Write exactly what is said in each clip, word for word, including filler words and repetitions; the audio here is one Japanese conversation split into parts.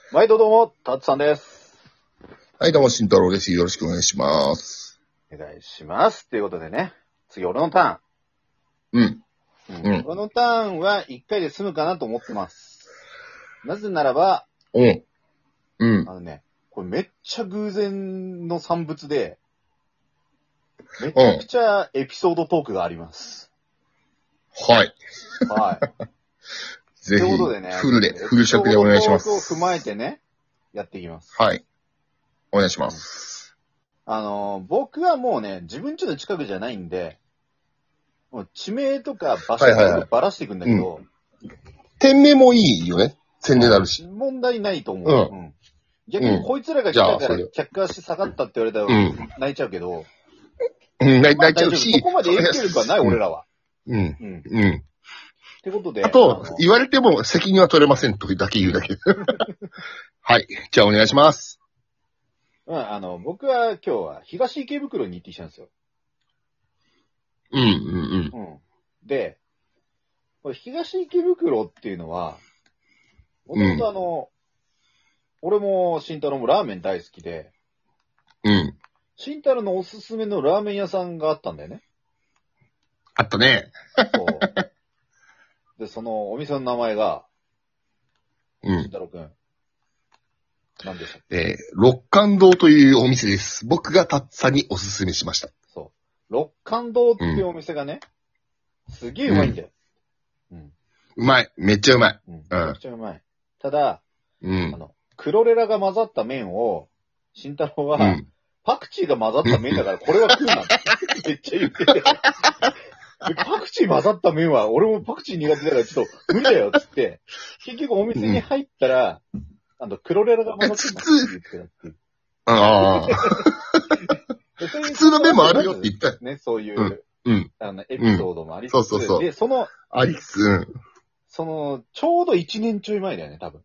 毎度どうも、たつさんです。 はい、どうも、慎太郎です。よろしくお願いします。 お願いします。ということでね、次俺のタうん。 ーン。 うん。 俺のターンはいっかいで済むかなと思ってます。なぜならば、 うん。うん。 あのね、これめっちゃ偶然の産物で、めちゃくうん。 ちゃエピソードトークがあります。 はい。 はい。 ぜひ、 ということでね、 フルで、フル尺でお願いします。 エピソードトークを踏まえてね、やっていきます。 はい。お願いします。 あのー、僕はもうね、自分家の近くじゃないんで、もう地名とか場所はいはいはい全部ばらしていくんだけど、 店名もいいよね。宣伝になるし。 問題ないと思う。 うんうん逆にこいつらが来たからじゃあそれ客足下がったって言われたらうん泣いちゃうけど、 うん、泣いまあ大丈夫。 泣いちゃうし。 そこまで影響力はない、俺らは。 うん。 うん。 うん。 ってことで。 あと、 の言われても責任は取れませんとだけ言うだけ。はい。じゃあお願いします。 うん、あの、僕は今日は東池袋に行ってきたんですよ。 うん、うん、 うん。で、これ東池袋っていうのは、もともとあの、俺も慎太郎もラーメン大好きで、 うん。うん。 慎太郎のおすすめのラーメン屋さんがあったんだよね。 あったね。 そう。で、そのお店の名前が、 うん慎。太郎くん。何でしたっけ？ えー、六貫堂というお店です。僕がタッツさんにおすすめしました。 そう。六貫堂っていうお店がね、すげえうまいんだよ。うん。 うまい。めっちゃうまい。 うん。めちゃくちゃうまい。ただ、 うあん。 の、クロレラが混ざった麺を、慎太郎は、 うん。 パクチーが混ざった麺だから、これは食うなってめっちゃ言ってて。でパクチー混ざった麺は、俺もパクチー苦手だからちょっと無理だよっつって、結局お店に入ったら、あの、クロレラが混ざってますって言ってたっていう。 ああ。 普普通の麺もあるよって言ったよ。 ね、そういう、 うんうん。 あの、エピソードもありつつ、 うんそうそうそうで、その、 ありつつ、うん。 その、ちょうど一年ちょい前だよね、多分。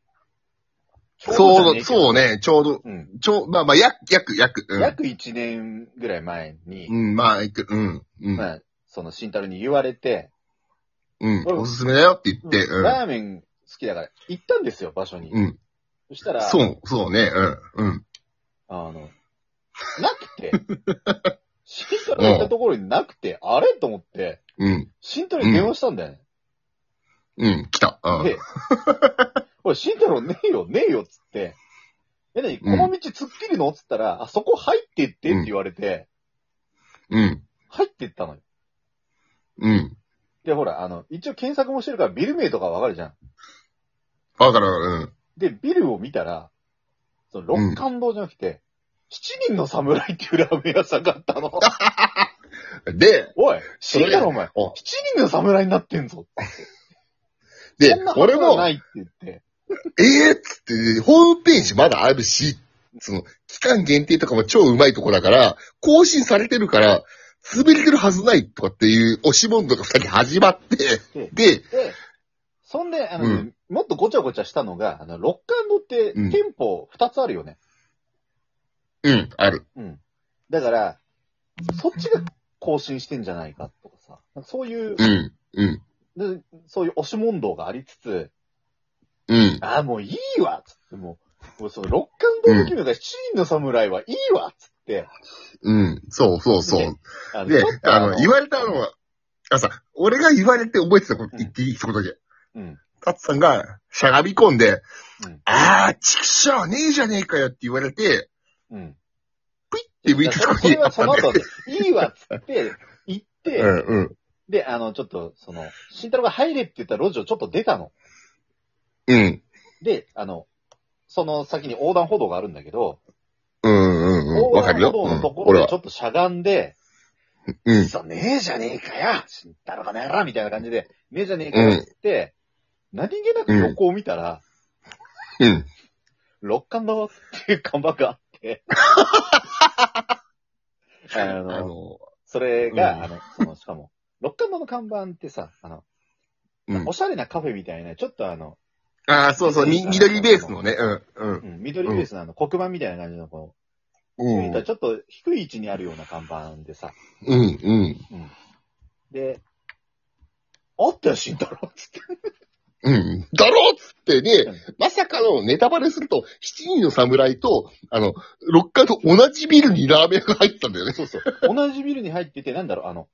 そう、そうね、ちょうど、 うん。 ちょう、まあまあ、約、約、約、うん。 約一年ぐらい前に、 うん、まあ、いく、うん、うん。 まあ、その、慎太郎に言われて、 うん、 俺おすすめだよって言って、うん。 ラーメン好きだから行ったんですよ、場所に。 うん。 そしたら、 そう、そうね、うん、うん。 あの、なくて、慎太郎が行ったところになくて、あれと思って、 うん、 慎太郎に電話したんだよね。 うん、来た。うん。 で、おい、慎太郎ねえよ、ねえよ、つって、え、なに、この道突っ切るのつったら、あ、そこ入ってってって言われて、 うん、 入ってったのよ。 うん。 で、ほら、あの、一応検索もしてるからビル名とかわかるじゃん。 わかる、うん。 で、ビルを見たら、その六貫堂じゃなくて、七人の侍っていうラーメン屋さんがあったの。 で、 おい、死んだろお前。 お七人の侍になってんぞ。 でそんな、は俺も、 ずはないって言って。 ええー、っつって、ホームページまだあるし、その、期間限定とかも超うまいとこだから、更新されてるから、滑れてるはずないとかっていう押し問答が先始まって、で、 で、そんで、あの、 うんもっとごちゃごちゃしたのが、あの、六貫堂ってうん店舗二つあるよね。 うん、ある。 うん。だから、そっちが更新してんじゃないかとかさ、なんかそういう、 うん、うん、 でそういう押し問答がありつつ、 うん、 ああ、もういいわっつって、もう、もうその六貫堂の君が七人の侍はいいわっつって、 うん、そうそうそう。 あのでちょっ、とあの、言われたのは、あさ、俺が言われて覚えてたこと言っていい、一言だけ。 うん。 タツさんがしゃがみ込んで、 うんあー、ちくしょうねえじゃねえかよって言われて、 うん。 プイって向いてそれそれはその後で。 で、いいわっつって、行って、 うん、うん、 で、あの、ちょっと、その、慎太郎が入れって言った路地をちょっと出たの。 うん、 で、あの、その先に横断歩道があるんだけど、 うん、うん、うん、わかるよ。 横断歩道のとうん、俺はころでちょ。っとしゃがんで、 うん、 そうねえじゃねえかよ慎太郎がねえらみたいな感じで、ねえじゃねえかよって言って、何気なく横を見たら、 うん。 六貫堂っていう看板があって、あの、 あの、 それが、 うんあの、その、しかも、六貫堂の看板ってさ、あの、 うんお。しゃれなカフェみたいな、ちょっとあの、 ああ、そうそう、み、緑ベースのね、うん、うん、 うん、緑ベースのあの、黒板みたいな感じの、こう、 うん、 ちょっと低い位置にあるような看板でさ、 うん、うん。 うん。で、あったよ、慎太郎つって。 うん。だろっつってね、 うんまさかのネタバレすると、七人の侍と、あの、六冠と同じビルにラーメン屋が入ったんだよね。 そうそう。同じビルに入ってて、なんだろう、あの、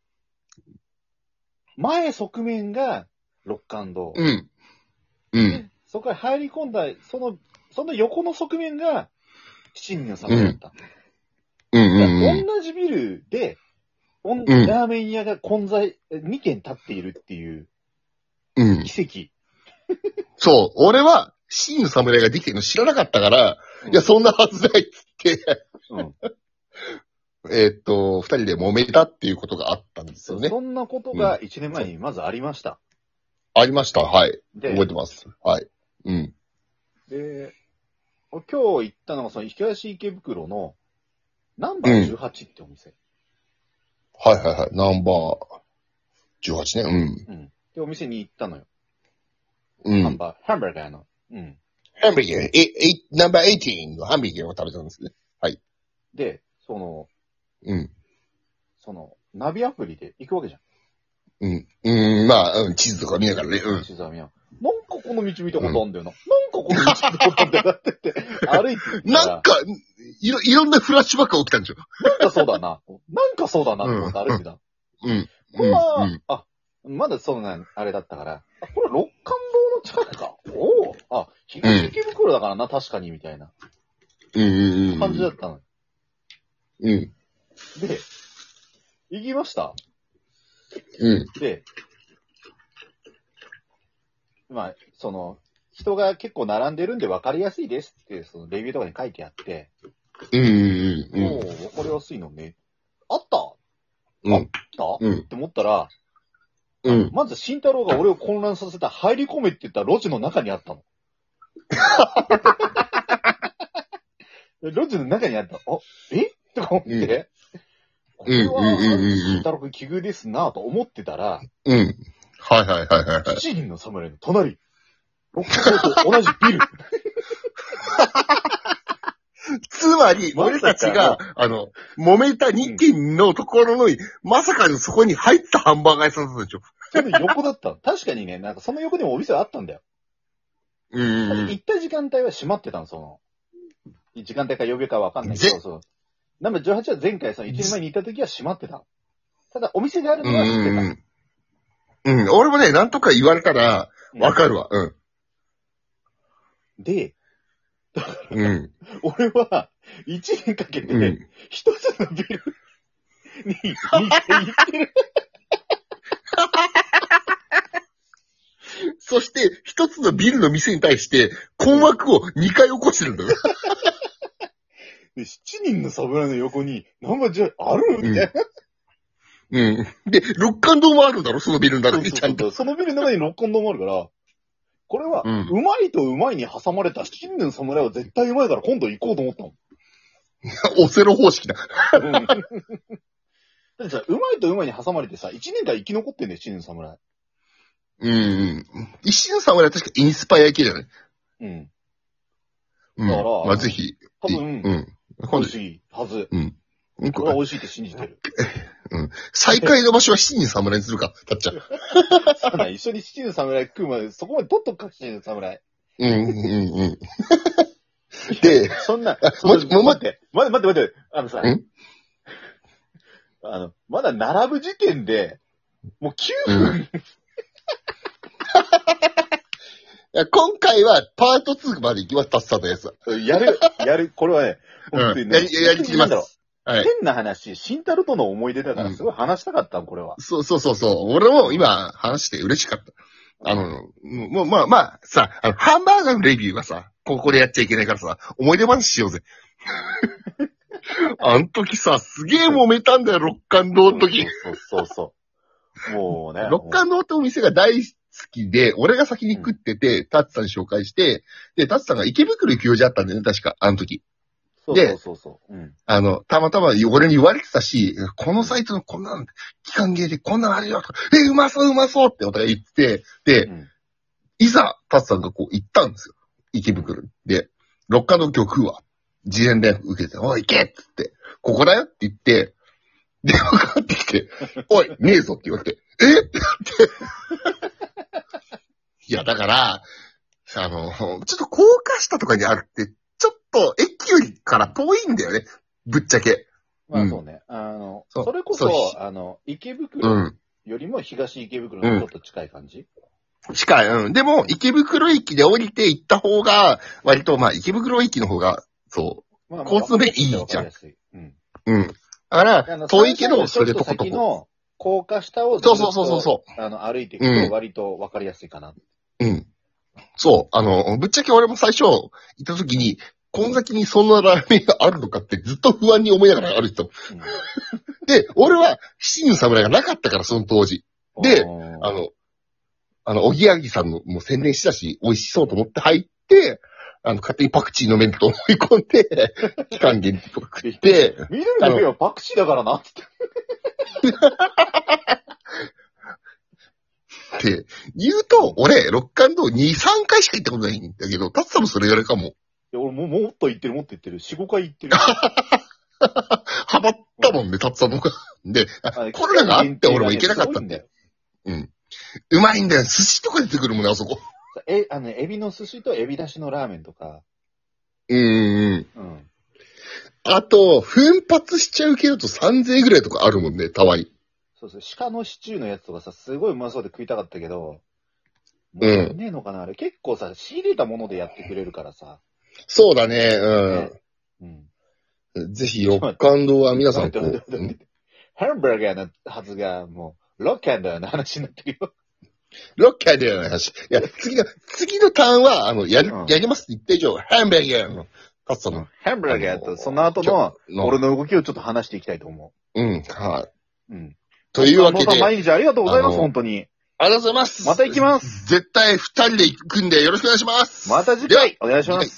前側面が六冠堂。 うん。うん。 でそこから入り込んだ、その、その横の側面が七人の侍だった。 うんうんうん。 同じビルで、おんんラーメン屋が混在、にけん立っているっていううん。 奇跡。 そう。俺は、七人の侍ができてるの知らなかったから、 うんいや、そんなはずないっつって、 うん。 えーっと、二人で揉めたっていうことがあったんですよね。 そんなことがいちねんまえにまずありました。 ありました。はい。 で、 覚えてます。はい。うん。 で、今日行ったのがその東池袋のナンバーじゅうはちってお店。 はいはいはい。ナンバーじゅうはちね。うん。 うん。で、お店に行ったのよ。 うん。 ハンバー、ハンバーガーの。うん。 ハンバーガー、え、え、ナンバーじゅうはちのハンバーガーを食べたんですね。 で、その、 うん。 その、ナビアプリで行くわけじゃん。 うん。うん、まあ、うん、地図とか見ながらね。うん。 静宮。なんかこの道見たことあるんだよな。なんかこの道見たことあるんだよなって言って、歩いて行ったらなんか、いろ、いろんなフラッシュバックが起きたんでしょ。 なんかそうだな。なんかそうだなって思って歩いてた。 うん。 これは、 うん。 あ、まだそんな、あれだったから、あ、これ六冠堂の近くか。おお、あ、東池袋だからな、確かに、みたいなうん。うん。うん。 感じだったの。 うん。 で、行きました。 うん。 で、まあ、その、人が結構並んでるんで分かりやすいですって、そのレビューとかに書いてあって、 うん。うん。うん。 もう分かりやすいのね。あったあうん。 った、 うんって思ったら、 うん。 まず慎太郎が俺を混乱させた入り込めって言った路地の中にあったの。路地の中にあった。あ、えとか思って。これは、 うんうんうんうんうん慎太郎君奇遇ですなぁと思ってたら、 うん。はいはいはいはいはい。 七人の侍の隣、六冠堂と同じビル。 つまり、 まさか俺たちが、あの、揉めたにけんのところの、まさかのそこに入ったハンバーガー屋さんだったでしょ。 その横だったの。確かにね、なんかその横にもお店あったんだよ。 うんうん。 行った時間帯は閉まってたの、その。時間帯か曜日かわかんないけど、 ぜそう。ナンバーじゅうはちは前回さ、いちねんまえに行った時は閉まってた。ただ、お店があるうのは知ってた。 ん。うん。俺もね、なんとか言われたら、わかるわ。うん。 で、 うん。 俺は、一年かけて、 うん。 一つのビルに、に行ってる。 そして、一つのビルの店に対して、困惑をにかい起こしてるんだよ。 で、七人の侍の横に、ナンバーじゅうはちあるみたいな。 うん。で、六冠堂もあるんだろ、そのビルの中に、 そうそうそうちゃんと。 そのビルの中に六冠堂もあるから、これは、 ううんまいとうまいに挟まれた七人の侍は絶対うまいから今度行こうと思ったの。 オセロ方式だ。 うんだってさ、うまいとうまいに挟まれてさ、一年間生き残ってんだよ、七人の侍。 うんうん。一心さんは確かインスパイア系だよね。 うん。 うん。 だからまあ、ぜひ。 多分うん。 美今度味しいはず。 うん。 これは美味しいって信じてる。 再会の場所は七人侍にするか、たっちゃん。 そうだ、一緒に七人の侍食うまで、そこまで取っとくか、七人の侍。 うん、うん、うん。で、 そんな、 あそんなもうもう待って、待って、待って、待って、あのさ、 んあの、まだ並ぶ時点で、もうきゅうふん、 うんいや今回はパートツーまで行きます、タッサのやつは。 やる、やる、これはね、本当にね、 やり、やりきりまなんだろうす。はい。 変な話、慎太郎との思い出だから、すごい話したかったの、これは。 そうそうそうそう。俺も今話して嬉しかった。あの、もう、まあまあ、さ、あの、ハンバーガーのレビューはさ、ここでやっちゃいけないからさ、思い出話しようぜ。あの時さ、すげえ揉めたんだよ、六冠堂の時。 そうそうそうそう。もうね。 六冠堂ってお店が大好きで、俺が先に食ってて、タッツさんに紹介して、で、タッツさんが池袋行く用事あったんだよね、確か、あの時。 そうそうそうそう。うん。 あの、たまたま俺に言われてたし、このサイトのこんなの、期間限定こんなのあるよとか、え、うまそううまそうってお互い言ってて、で、 うんいざ、タツさんがこう行ったんですよ。池袋に。で、六冠堂今日食うわ。事前連絡受けて、おい、行けっつって、ここだよって言って、電話かかってきて、おい、ねえぞって言われて、えってなって。 いや、だから、あの、ちょっと高架下とかにあるって、ちょっと駅よりから遠いんだよね。ぶっちゃけ。 まあそうね。うん、あの、それこそそ、あの、池袋よりも東池袋にちょっと近い感じ、 うん、近い。うん。でも、池袋駅で降りて行った方が、割と、まあ、池袋駅の方が、そう。まあ、交通の便いいじゃん。うん。うん。だから、遠いけど、それでとことこ。 高架下をそうそうそうそうそう。 あの、歩いていくと割と分かりやすいかな。 うん。うん、そう。あの、ぶっちゃけ俺も最初、行った時に、この先にそんなラーメンがあるのかってずっと不安に思いながら歩いてた。うん、で、俺は七人侍がなかったから、その当時。で、あの、あの、おぎやはぎさんのもう宣伝したし、美味しそうと思って入って、あの、勝手にパクチーの麺と思い込んで、期間限定とか食って、 緑の麺はパクチーだからなって。 って言うと、俺、六冠堂に、さんかいしか行ったことないんだけど、タツさんもそれぐらいかも。 いや、俺も、もっと行ってる、もっと行ってる。よん、ごかい行ってる。 ハマったもんね、タツさんのが。で、コロナがあって俺も行けなかったんだよ。うん。うまいんだよ。寿司とか出てくるもんね、あそこ。 え、あの、エビの寿司とエビ出しのラーメンとか。 うーん。うん。あと、奮発しちゃうけどとさんぜんえんぐらいとかあるもんね、たまに。 そうそう、鹿のシチューのやつとかさ、すごいうまそうで食いたかったけど、うん。ねえのかなあれ、結構さ、仕入れたものでやってくれるからさ。 そうだね、うん。うん。ぜひ、六冠堂は皆さんこう。 ハンバーガーのはずが、もう、ロッキャンダーの話になってるよ。 ロッキャンダーの話。いや、次の、次のターンは、あの、やる、うん、やりますって言った以上、ハンバーガーの、カツさんの。 ハンバーガーと、その後の、俺の動きをちょっと話していきたいと思う。うん、はい。うん。というわけで。 毎日ありがとうございます、本当に。 ありがとうございます。 また行きます。 絶対二人で行くんでよろしくお願いします。 また次回お願いします。